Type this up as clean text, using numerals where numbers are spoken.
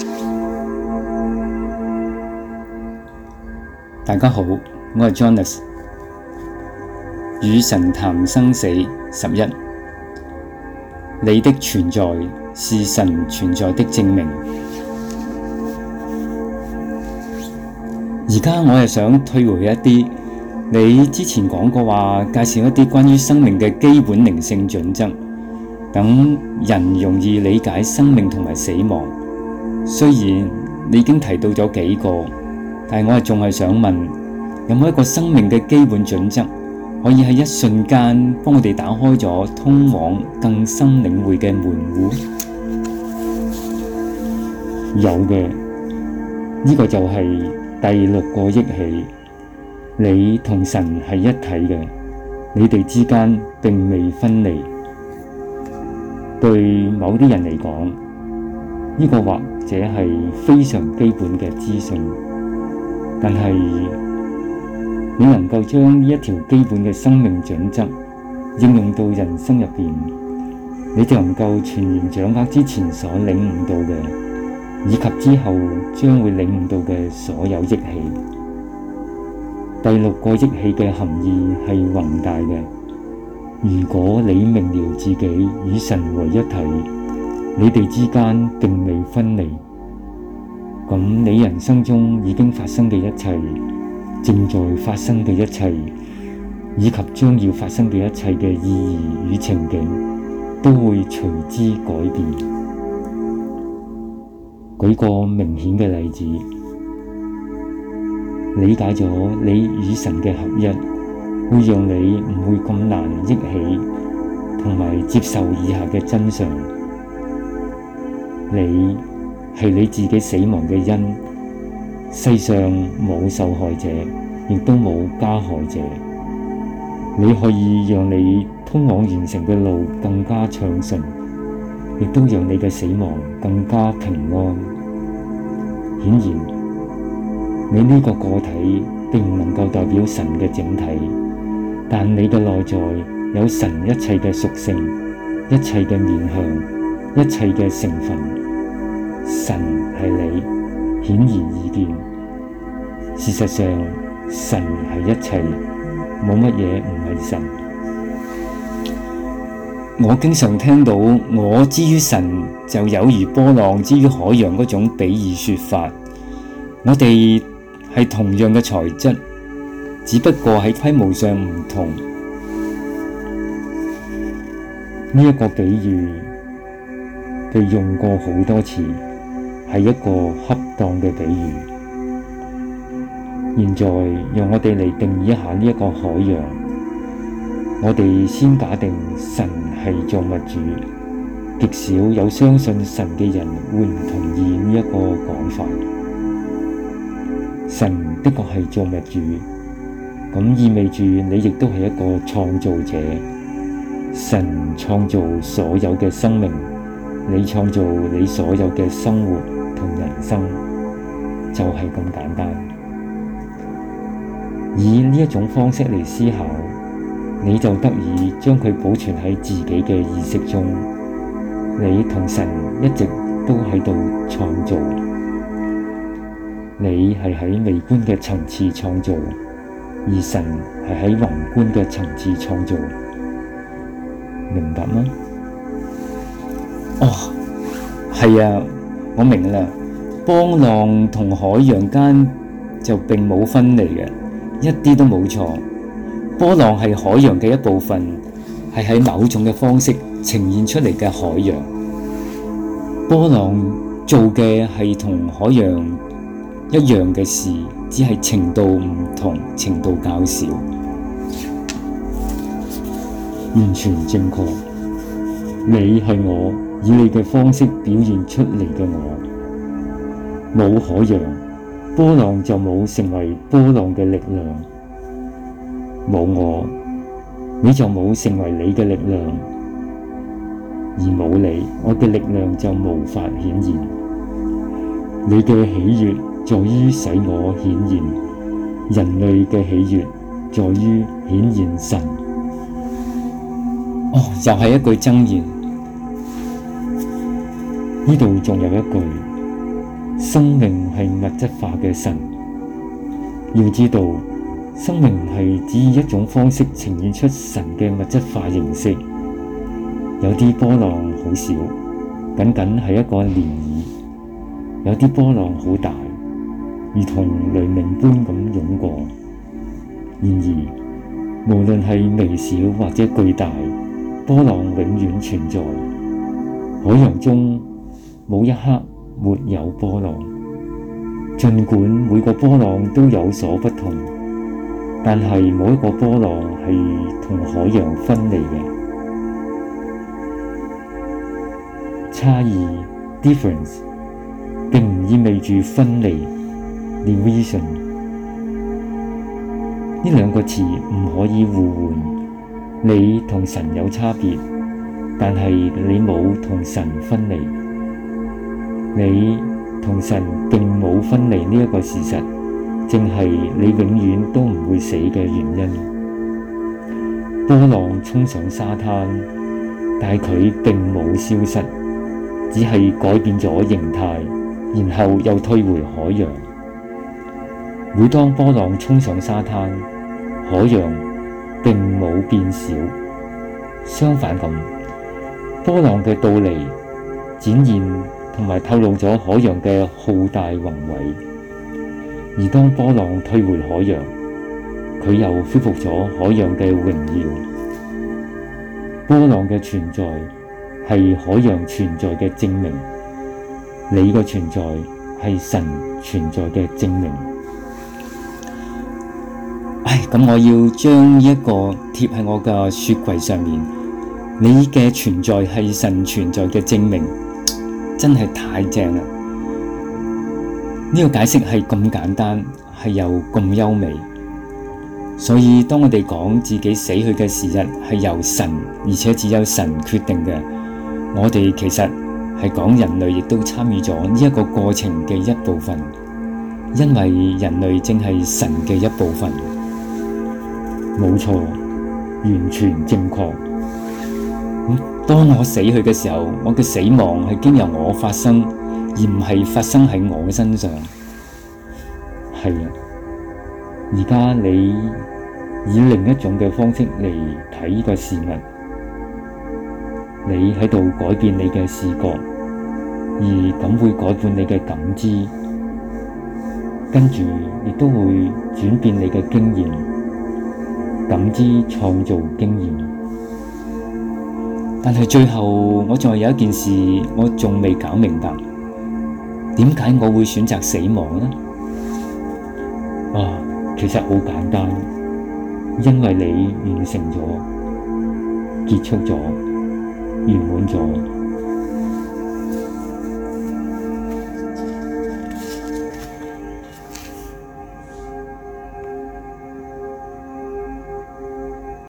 大家好，我係 Jonas。與神談生死11，你的存在是神存在的證明。而家我係想退回一啲你之前講過話，介紹一啲關於生命嘅基本靈性準則，等人容易理解生命同埋死亡。雖然你已經提到咗幾個，但係我仲係想問，有冇一個生命嘅基本準則，可以喺一瞬間幫我哋打開咗通往更深領會嘅門戶？有嘅，呢個就係第6個憶起。你同神係一體嘅，你哋之間並未分離。對某啲人嚟講，呢個或者係非常基本嘅資訊，但係你能夠將呢一條基本嘅生命準則應用到人生入邊，你就能夠全然掌握之前所領悟到嘅，以及之後將會領悟到嘅所有憶起。第6個憶起嘅含義係宏大嘅。如果你明了自己與神為一體，你哋之間並未分離，咁你人生中已經發生嘅一切，正在發生嘅一切，以及將要發生嘅一切嘅意義與情景，都會隨之改變。舉個明顯嘅例子，理解咗你與神嘅合一，會讓你唔會咁難憶起同埋接受以下嘅真相：你係你自己死亡嘅因，世上冇受害者，亦都冇加害者。你可以讓你通往完成嘅路更加暢順，亦都讓你嘅死亡更加平安。顯然，你呢個個體並唔能夠代表神嘅整體，但你嘅內在有神一切嘅屬性、一切嘅面向、一切嘅成分。神係你，顯而易見。事實上，神係一切，冇乜嘢唔係神。我經常聽到我之於神就有如波浪之於海洋嗰種比喻說法。我哋係同樣嘅材質，只不過喺規模上唔同。呢一個比喻被用過好多次，係一個恰當嘅比喻。現在讓我哋嚟定義一下呢一個海洋。我哋先假定神係造物主，極少有相信神嘅人會唔同意呢一個講法。神的確係造物主，咁意味住你亦都係一個創造者。神創造所有嘅生命，你創造你所有嘅生活同人生，就係咁簡單。以呢一種方式嚟思考，你就得以將佢保存喺自己嘅意識中。你同神一直都喺度創造，你係喺微觀嘅層次創造，而神係喺宏觀嘅層次創造。明白嗎？哦，係啊，我明啦。波浪同海洋間就並冇分離嘅，一啲都冇錯。波浪係海洋嘅一部分，係喺某種嘅方式呈現出嚟嘅海洋。波浪做嘅係同海洋一樣嘅事，只係程度唔同，程度較少。完全正確，你係我以你嘅方式表現出嚟嘅我。冇海洋，波浪就冇成為波浪嘅力量；冇我，你就冇成為你嘅力量；而冇你，我嘅力量就無法顯現。你嘅喜悅在於使我顯現，人類嘅喜悅在於顯現神。哦，又係一句箴言。呢度仲有一句， 生命係物質化嘅神。要知道，生命唔係只以一種方式呈現出神嘅物質化形式。有啲波浪好小，僅僅係一個漣漪；有啲波浪好大，如同雷鳴般咁湧過。然而，無論係微小或者巨大，波浪永遠存在。海洋中冇一刻沒有波浪，儘管每個波浪都有所不同，但係冇一個波浪係同海洋分離嘅。差異 difference 並唔意味住分離 division。呢兩個詞唔可以互換。你同神有差別，但係你冇同神分離。你同神並冇分離呢一個事實，正係你永遠都唔會死嘅原因。波浪衝上沙灘，但係佢並冇消失，只係改變咗形態，然後又退回海洋。每當波浪衝上沙灘，海洋並冇變小，相反咁，波浪嘅到嚟展現同埋透露咗海洋嘅浩大宏偉。而當波浪退回海洋，佢又恢復咗海洋嘅榮耀。波浪嘅存在係海洋存在嘅證明，你嘅存在係神存在嘅證明。咁我要將呢一個貼喺我嘅雪櫃上面。你嘅存在係神存在嘅證明，真係太正啦！呢個解釋係咁簡單，係又咁優美。所以當我哋講自己死去嘅時日係由神，而且只有神決定嘅，我哋其實係講人類亦都參與咗呢一個過程嘅一部分，因為人類正係神嘅一部分。冇錯，完全正確。當我死去嘅時候，我嘅死亡係經由我發生，而唔係發生喺我嘅身上。係啊，而家你以另一種嘅方式嚟睇呢個事物，你喺度改變你嘅視覺，而咁會改變你嘅感知，跟住亦都會轉變你嘅經驗。感知創造經驗，但係最後我仲係有一件事我仲未搞明白，點解我會選擇死亡呢？其實好簡單，因為你完成咗、結束咗、圓滿咗。